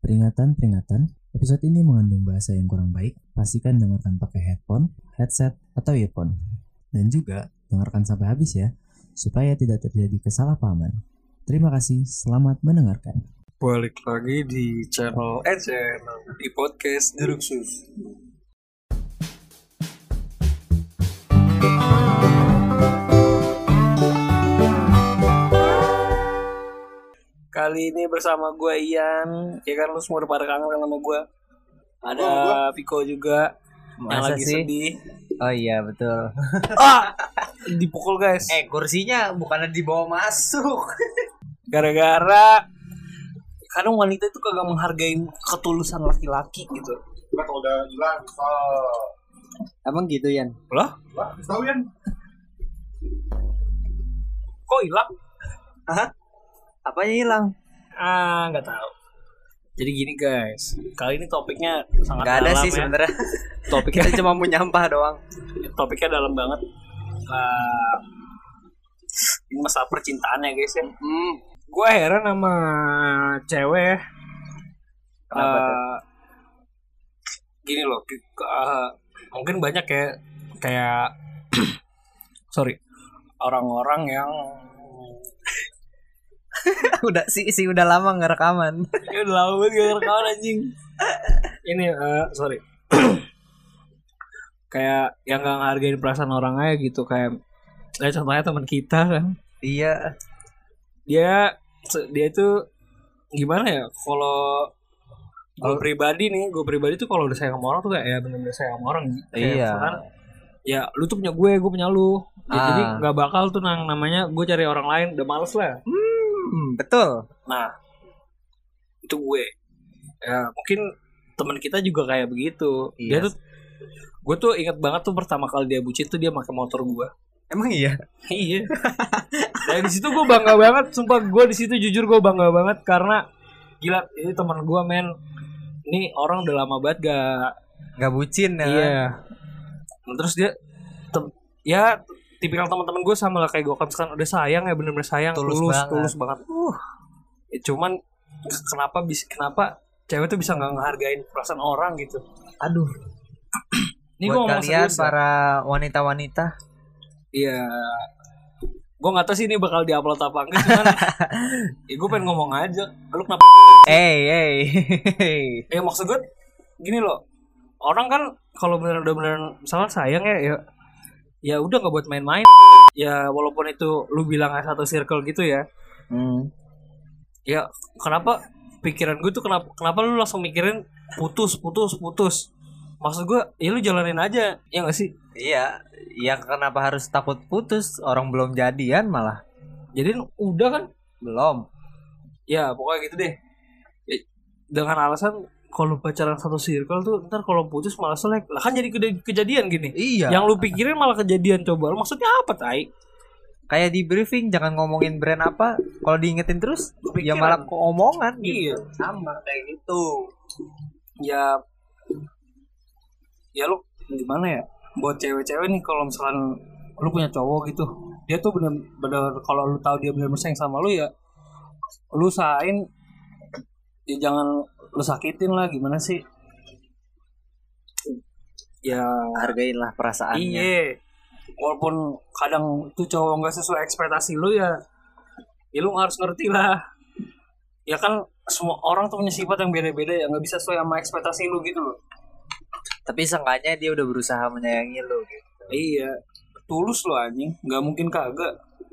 Peringatan, episode ini mengandung bahasa yang kurang baik. Pastikan dengarkan pakai headphone, headset, atau earphone. Dan juga dengarkan sampai habis ya, supaya tidak terjadi kesalahpahaman. Terima kasih, selamat mendengarkan. Balik lagi di channel di podcast Jeruk Sus. Kali ini bersama gue Ian. Ya kan lu semua udah pada kangen kan sama gue. Ada Piko juga. Masa yang lagi sih? sedih. Oh iya betul. Dipukul guys. Kursinya bukannya dibawa masuk. Gara-gara kadang wanita itu kagak menghargai ketulusan laki-laki gitu. Kalau udah hilang, Emang gitu Yan? Lah? tahu Yan? Kok hilang? Apanya hilang? Nggak tahu. Jadi gini guys, kali ini topiknya sangat Gak ada dalam sih ya. sebenarnya. Topiknya Kita cuma mau nyampah doang. topiknya dalam banget. Ini masalah percintaan ya guys ya. Gue heran sama cewek. Kenapa tuh? Gini loh, mungkin banyak ya kayak sorry, orang-orang yang Udah udah lama nggak rekaman. ya udah lama banget gak rekaman anjing. Ini sorry. Kayak yang gak ngehargain perasaan orang aja gitu. Kayak contohnya teman kita kan. Iya. Dia itu gimana ya? Kalau gue pribadi tuh kalau udah sayang sama orang tuh kayak ya bener-bener sayang sama orang. Kayak Iya. misalkan, ya lu tuh punya gue punya lu. Ya, jadi nggak bakal tuh namanya gue cari orang lain, udah males lah. Betul. Nah, itu gue. Ya, mungkin teman kita juga kayak begitu. Dia Iya. tuh, gue tuh ingat banget tuh pertama kali dia bucin tuh dia pakai motor gue. Emang iya. Iya. Dan di situ gue bangga banget, sumpah gue di situ jujur gue bangga banget karena gila ini teman gue men. Ini orang udah lama banget Gak bucin ya. Iya. Nah, terus dia ya tipikal teman-teman gue sama lah kayak gue kan sekarang udah sayang ya bener-bener sayang tulus banget. Ya, cuman kenapa cewek tuh bisa nggak ngehargain perasaan orang gitu. Aduh. Ini gue Buat ngomong kalian serius ya. para wanita-wanita. Iya. Gue nggak tahu sih ini bakal diupload apa enggak cuman ya gue pengen ngomong aja. Lu kenapa? Hey. Ya maksud gue gini loh. Orang kan kalau bener-bener misalnya sayang ya udah nggak buat main-main. Ya walaupun itu lu bilang satu circle gitu ya. Ya kenapa pikiran gue tuh kenapa lu langsung mikirin putus. Maksud gue ya lu jalanin aja. Ya gak sih? Iya. Ya kenapa harus takut putus? Orang belum jadian malah. Jadi udah kan. Belum. Ya pokoknya gitu deh. Ya, dengan alasan kalau pacaran satu circle tuh ntar kalau putus malah selek. Lah kan jadi kejadian gini. Iya. Yang lu pikirin malah kejadian. Coba lu maksudnya apa tai? Kayak di briefing jangan ngomongin brand apa. Kalau diingetin terus ya Kepikiran. malah omongan. Iya. Sama kayak gitu. Ya lu gimana ya? Buat cewek-cewek nih kalau misalkan lu punya cowok gitu, dia tuh bener-bener kalau lu tahu dia bener-bener sayang sama lu ya, lu usahain ya jangan lu sakitin lah, gimana sih? Ya Hargailah perasaannya. iya. Walaupun kadang tuh cowok nggak sesuai ekspektasi lu ya lu harus ngerti lah. Ya kan semua orang tuh punya sifat yang beda-beda ya, nggak bisa sesuai sama ekspektasi lu gitu loh. Tapi seenggaknya dia udah berusaha menyayangi lo gitu. Iya, tulus lo anjing, nggak mungkin kagak.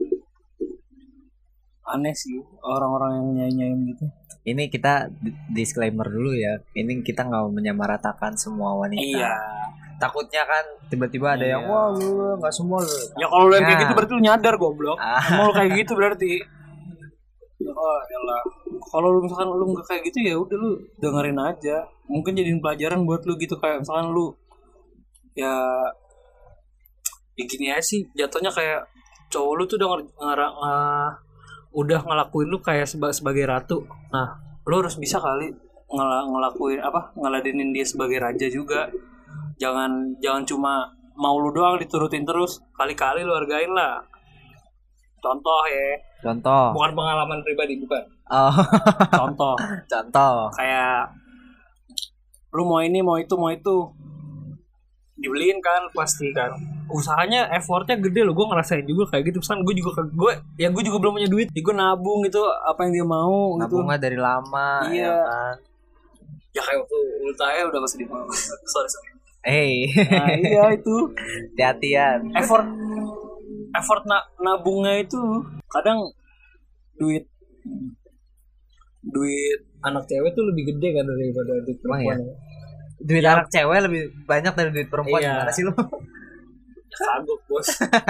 Aneh sih orang-orang yang nyanyi-nyanyiin gitu. Ini kita disclaimer dulu ya. Ini kita nggak menyamaratakan semua wanita. Iya. Takutnya kan tiba-tiba ada yang wah lu nggak semua lu. Ya kalau lu yang kayak Nah. gitu berarti lu nyadar goblok. Mau lu kayak gitu berarti. Oh yalah. Kalau lu misalkan lu nggak kayak gitu ya udah lu dengerin aja. Mungkin jadiin pelajaran buat lu gitu kayak misalkan lu ya gini aja sih jatuhnya kayak cowok lu tuh udah ngelakuin lu kayak sebagai ratu. Nah, lu harus bisa kali ngelakuin ngeladenin dia sebagai raja juga. Jangan cuma mau lu doang diturutin terus. Kali-kali lu hargain lah. Contoh ya. Contoh. Bukan pengalaman pribadi, bukan. Oh, Contoh contoh. kayak lu mau ini mau itu dibeliin kan pasti kan, usahanya effortnya gede loh. Gue ngerasain juga kayak gitu. Pesan gue juga gue juga belum punya duit, gue nabung gitu apa yang dia mau gitu. Nabungnya dari lama. Iya. Ya kan. Ya kayak waktu ultahnya udah masih di mau. sorry. Hey, Nah iya itu hati-hatian. effort nabungnya itu kadang duit anak cewek tuh lebih gede kan daripada duit Emang perempuan. Duit Ya. anak cewek lebih banyak dari duit perempuan. Iya. Gimana sih lu? Kagok bos.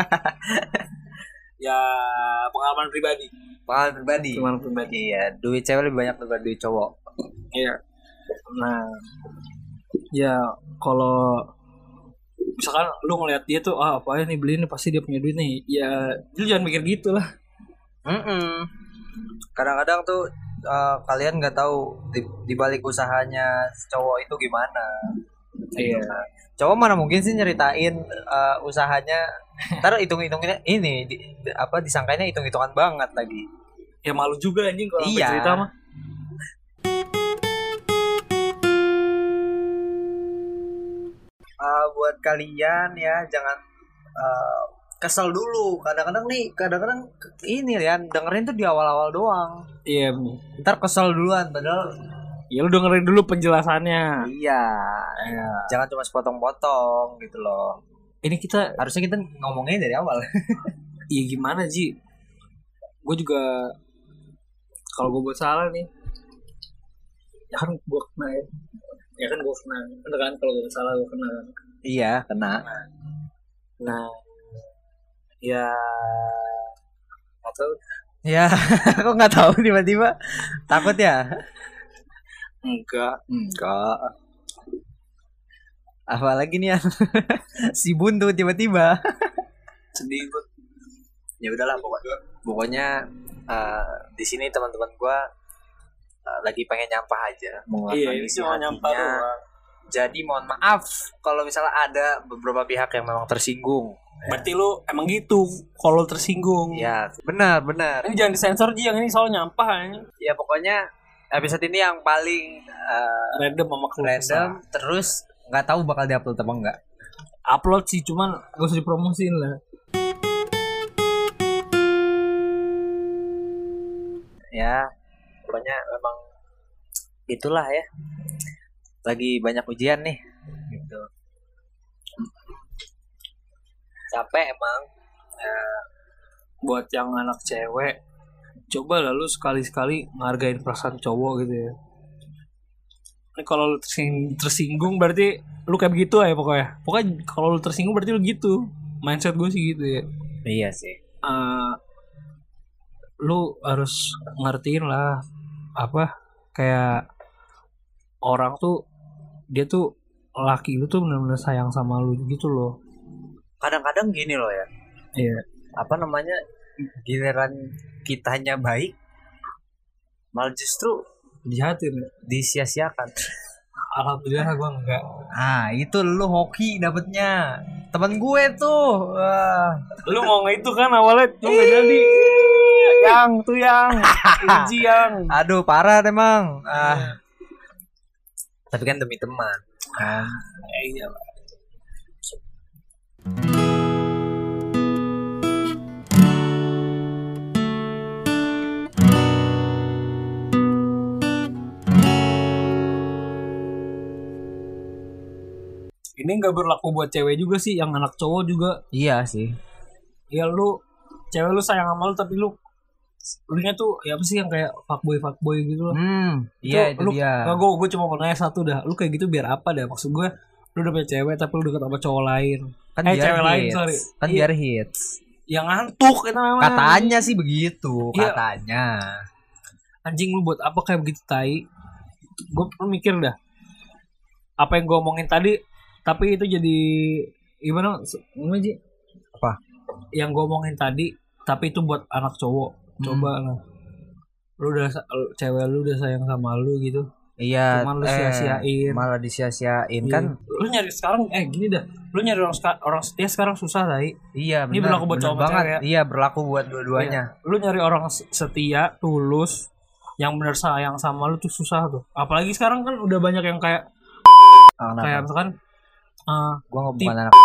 Ya pengalaman pribadi. Pengalaman pribadi. Pengalaman pribadi. Iya, duit cewek lebih banyak daripada duit cowok. Iya. Nah, ya kalau misalkan lu ngeliat dia tuh apa ya nih beli nih pasti dia punya duit nih. Ya lu jangan mikir gitu lah. Kadang-kadang tuh kalian nggak tahu di balik usahanya cowok itu gimana. Iya. Cowok mana mungkin sih nyeritain usahanya. Ntar hitung-hitungnya ini disangkanya hitung-hitungan banget lagi. Ya malu juga anjing kalau sampai Iya. cerita mah. Buat kalian ya jangan kesel dulu. Kadang-kadang ini ya dengerin tuh di awal-awal doang. Iya. Ntar kesel duluan padahal Ya lu dengerin dulu penjelasannya. iya. Jangan cuma sepotong-potong gitu loh. Ini kita Harusnya kita ngomongnya dari awal. ya gimana Ji? Gue juga kalau gue buat salah nih, ya kan gue kena ya. Ya kan gue kena. Kan kalau gue salah gue kena. Iya, kena. Nah, ya atau Ya, aku nggak tahu tiba-tiba takut ya. enggak. Apalagi nih ya. Si buntu tiba-tiba. Sedih gue. Ya udahlah pokoknya di sini teman-teman gua lagi pengen nyampah aja mengeluarkan Iya, ini isi cuma nyampah hatinya. doang. Jadi mohon maaf kalau misalnya ada beberapa pihak yang memang tersinggung. Berarti lu emang gitu kalau tersinggung. Ya, benar. Ini jangan disensor Ji, yang ini soal nyampah aja. Ya pokoknya episode ini yang paling Random sama keluh random kesah. terus nggak tahu bakal diupload apa enggak. Upload sih cuman gak usah dipromosiin lah. Ya, pokoknya memang itulah ya. Lagi banyak ujian nih gitu. Capek emang. Buat yang anak cewek, coba lah lu sekali-sekali ngargain perasaan cowok gitu ya. Ini kalau lu tersinggung berarti lu kayak begitu ya pokoknya. Pokoknya kalau lu tersinggung berarti lu gitu. Mindset gue sih gitu ya. Iya sih. Lu harus ngertiin lah apa kayak orang tuh dia tuh laki lu tuh benar-benar sayang sama lu gitu loh. Kadang-kadang gini loh ya. Iya. Apa namanya? Giliran kitanya baik malah justru Dijahatin ya. disia-siakan. Alhamdulillah gue enggak. Ah, itu lu hoki dapetnya. Temen gue tuh. Wah. Lu mau nggak itu kan awalnya tuh nggak jadi. Yang uji yang. Aduh, parah emang. Tapi kan demi teman. Iya lah. Ini nggak berlaku buat cewek juga sih, yang anak cowok juga. Iya sih. Ya lu cewek lu sayang sama lu tapi lu nya tuh ya apa sih yang kayak fuckboy gitu loh. Iya itu lu, dia. Nggak, gue cuma mau nanya satu dah. Lu kayak gitu biar apa dah? Maksud gue lu udah punya cewek tapi lu deket sama cowok lain. Kan biar cewek lain hits. sorry. Kan Iya. biar hits. Yang ngantuk itu namanya. Katanya sih begitu, Iya. katanya. Anjing lu buat apa kayak begitu tai? Gue mikir dah. Apa yang gue omongin tadi tapi itu jadi gimana Ji? Apa? Yang gue omongin tadi tapi itu buat anak cowok. Coba lah. Lu udah cewek lu udah sayang sama lu gitu. Iya. Cuman lu sia-siain. Malah disia-siain Iya. kan. Lu nyari sekarang gini dah. Lu nyari orang setia sekarang susah tai. Iya benar. Ini berlaku buat benar cowok sama banget. cewek ya. Iya berlaku buat dua-duanya. Iya. Lu nyari orang setia, tulus, yang benar sayang sama lu tuh susah tuh. Apalagi sekarang kan udah banyak yang kayak misalkan Gue bukan Tip- anak.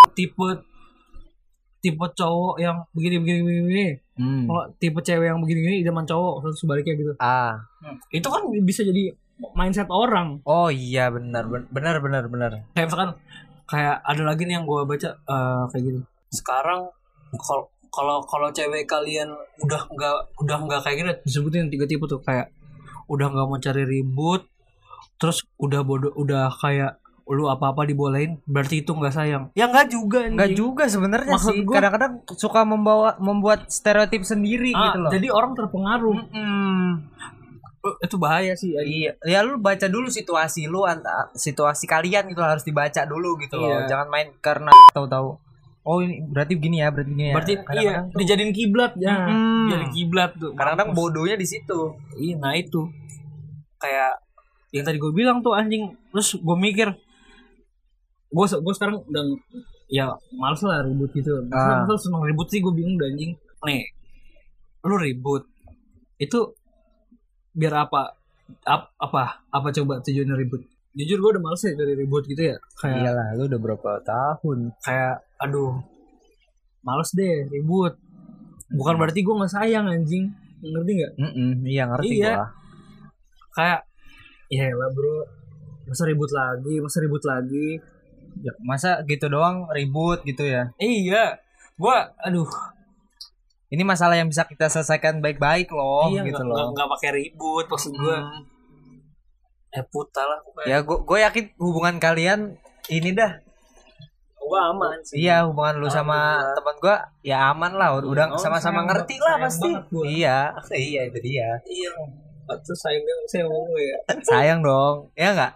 tipe cowok yang begini. Kalau tipe cewek yang begini idaman cowok, terus sebaliknya gitu. Itu kan bisa jadi mindset orang. Oh iya benar. Kayak misalkan kayak ada lagi nih yang gue baca kayak gini. Sekarang kalau cewek kalian udah nggak kayak gini, disebutin 3 tipe tuh, kayak udah nggak mau cari ribut, terus udah bodoh, udah kayak lu apa-apa dibolehin, berarti itu nggak sayang. Ya nggak juga anjing. Enggak juga sebenarnya Maksud sih. gua- Kadang-kadang suka membuat stereotip sendiri gitu loh. Jadi orang terpengaruh. Itu bahaya sih. Iya, ya lu baca dulu situasi lu, situasi kalian itu harus dibaca dulu gitu loh. Iya. Jangan main karena tahu-tahu. Oh ini berarti begini ya, berarti begini ya. Berarti Kadang-kadang tuh- dijadiin kiblat ya. Mm-mm. Jadi kiblat tuh. kadang-kadang Mampus. bodohnya di situ. Iya, nah itu kayak yang tadi gue bilang tuh anjing. Terus gue mikir, gue sekarang udah ya males lah ribut gitu. Terus seneng ribut sih, gue bingung udah anjing. Nih, lu ribut itu biar apa coba tujuannya ribut? Jujur gue udah males ya dari ribut gitu ya. Kayak Iyalah, lu udah berapa tahun? aduh, males deh ribut. Bukan berarti gue nggak sayang anjing, ngerti nggak? Iya ngerti Iya. gua. Kayak ya lah bro, masa ribut lagi. Ya, masa gitu doang ribut gitu ya? Iya, gue aduh, Ini masalah yang bisa kita selesaikan baik-baik loh, iya gitu loh. nggak pakai ribut maksud gue. Putar lah pokoknya. Ya gue yakin hubungan kalian ini dah. Gue aman sih. Iya, hubungan lu sama teman gua ya aman lah. Udah sama-sama ngerti lah pasti. Iya, itu dia. Iya. Terus saya ngomong ya. Sayang dong, ya nggak?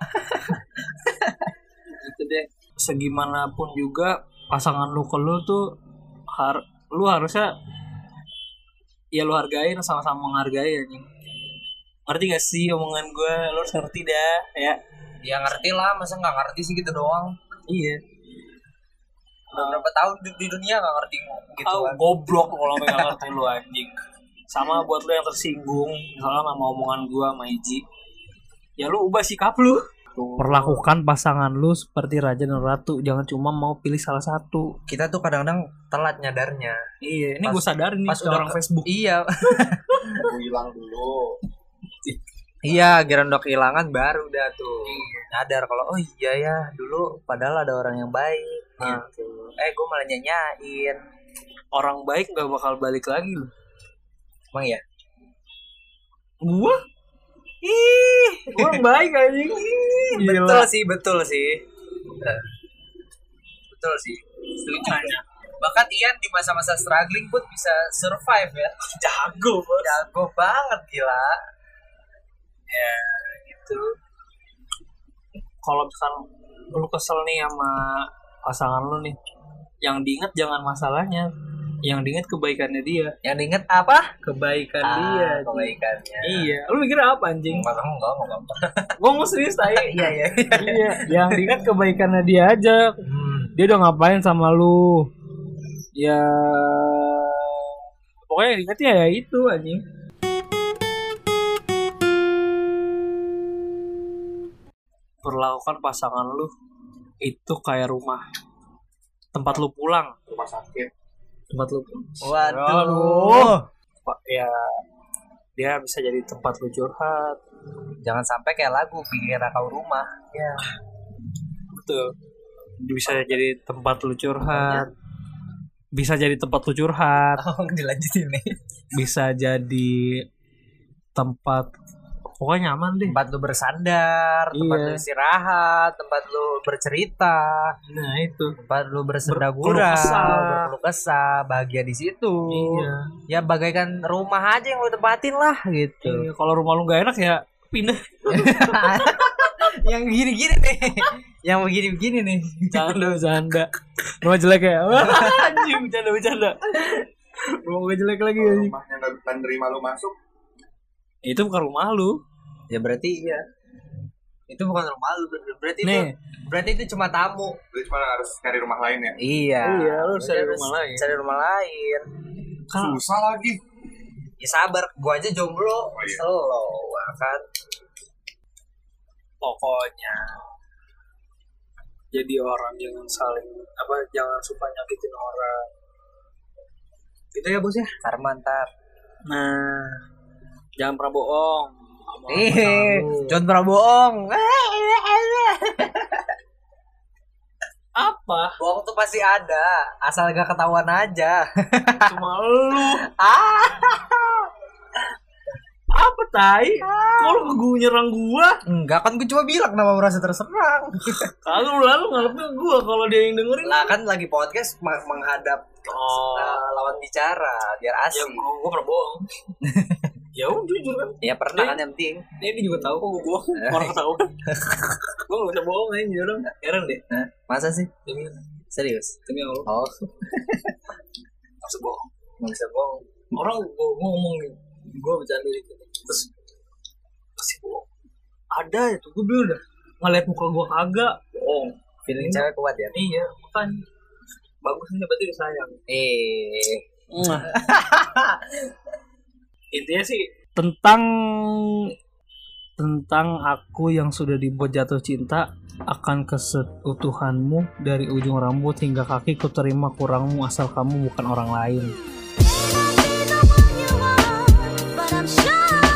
Gitu deh. Segimanapun juga pasangan lu ke lu tuh lu harusnya ya lu hargain, sama-sama menghargai anjing. Ngerti gak sih omongan gue? Lu harus ngerti dah ya. Ya ngerti lah, masa nggak ngerti sih gitu doang. Iya. Udah berapa tahun di dunia nggak ngerti gitu Tahu kan? goblok kalau nggak ngerti lu anjing. Sama buat lu yang tersinggung misalnya sama omongan gue sama Iji, ya lu ubah sikap lu. Perlakukan pasangan lu seperti raja dan ratu, jangan cuma mau pilih salah satu. Kita tuh kadang-kadang telat nyadarnya. Iya, ini Pas- gue sadarin nih pas udah udah orang Facebook. Iya, Gue hilang dulu. iya, giliran udah kehilangan baru udah tuh nyadar kalau oh iya ya dulu padahal ada orang yang baik. Gitu. Gue malah nyanyain. Orang baik nggak bakal balik lagi loh. Emang ya? Gua? Orang baik anjing. Betul sih. Betul sih. Setuju. Bahkan Ian di masa-masa struggling pun bisa survive ya. Jago, Bos. Jago banget gila. Ya, gitu. Kalau misalkan lu kesel nih sama pasangan lu nih, yang diinget jangan masalahnya, yang diinget kebaikannya dia. Yang diinget apa? Kebaikan dia. Kebaikannya. Iya, lu mikir apa anjing? Enggak. Gua mau serius tanya. Iya. Iya, yang diingat kebaikannya dia aja. Dia udah ngapain sama lu? Ya pokoknya yang diingat ya itu anjing. Perlakukan pasangan lu itu kayak rumah, tempat lu pulang, Rumah sakit. tempat lu. Waduh. Ya dia bisa jadi tempat lu curhat. Jangan sampai kayak lagu pikir kau rumah. Ya. Betul. Bisa jadi tempat lu curhat. Bisa jadi tempat lu curhat. Dilanjutin nih. Bisa jadi tempat pokoknya nyaman deh. Tempat lu bersandar, tempat Iya. lu istirahat, tempat lu bercerita, Nah itu. tempat lu bersenda Berkeluh gurau, kesah. berkeluh kesah, bahagia di situ. Iya. Ya bagaikan rumah aja yang lu tempatin lah gitu. Iya, kalau rumah lu gak enak ya pindah. Yang gini-gini nih. Yang begini-begini nih. Bercanda. Rumah jelek ya. Wah, anjing bercanda. Rumah gue jelek lagi Kalau anjing. rumahnya nggak nerima lu masuk, Itu bukan rumah lu. Ya berarti iya. Itu bukan rumah lu, berarti Nih. itu cuma tamu. lu cuma harus cari rumah lain ya. Iya. Iya, lu harus cari Harus rumah lain. Cari rumah lain. Kan Susah lagi. Ya sabar, gua aja jomblo. Oh, iya. Slow. kan. Pokoknya jadi orang jangan suka nyakitin orang. Gitu ya bos ya. Karma ntar. Nah, jangan pernah bohong. sama pasangan lu. Jangan pernah bohong. Apa? Bohong tuh pasti ada, asal gak ketahuan aja. Cuma lu. Ah. Apa tai? Kalau gue nyerang gua, Enggak kan gue cuma bilang kenapa merasa terserang. kalau lalu ngalepnya gua kalau dia yang dengerin. Lah kan lagi podcast menghadap lawan bicara biar Ya asik. gua pernah bohong. Ya udah jujur kan. Ya pernah kan yang penting. Dia juga tahu kok gua bohong. Orang ketahuan. Gua enggak bisa bohong aja jadi orang. Heran deh. Nah, masa sih? Demi Serius? Allah. Oh, Maksud bohong. nggak bisa bohong. Orang gua ngomong nih. Gua bercanda gitu. Terus pasti bohong. Ada itu gua bilang udah ngeliat muka gua kagak bohong. Feeling cewek kuat ya? Iya, bukan. Bagus nih berarti disayang. Intinya sih tentang aku yang sudah dibuat jatuh cinta akan keseutuhanmu dari ujung rambut hingga kaki ku terima kurangmu asal kamu bukan orang lain. But I'm sure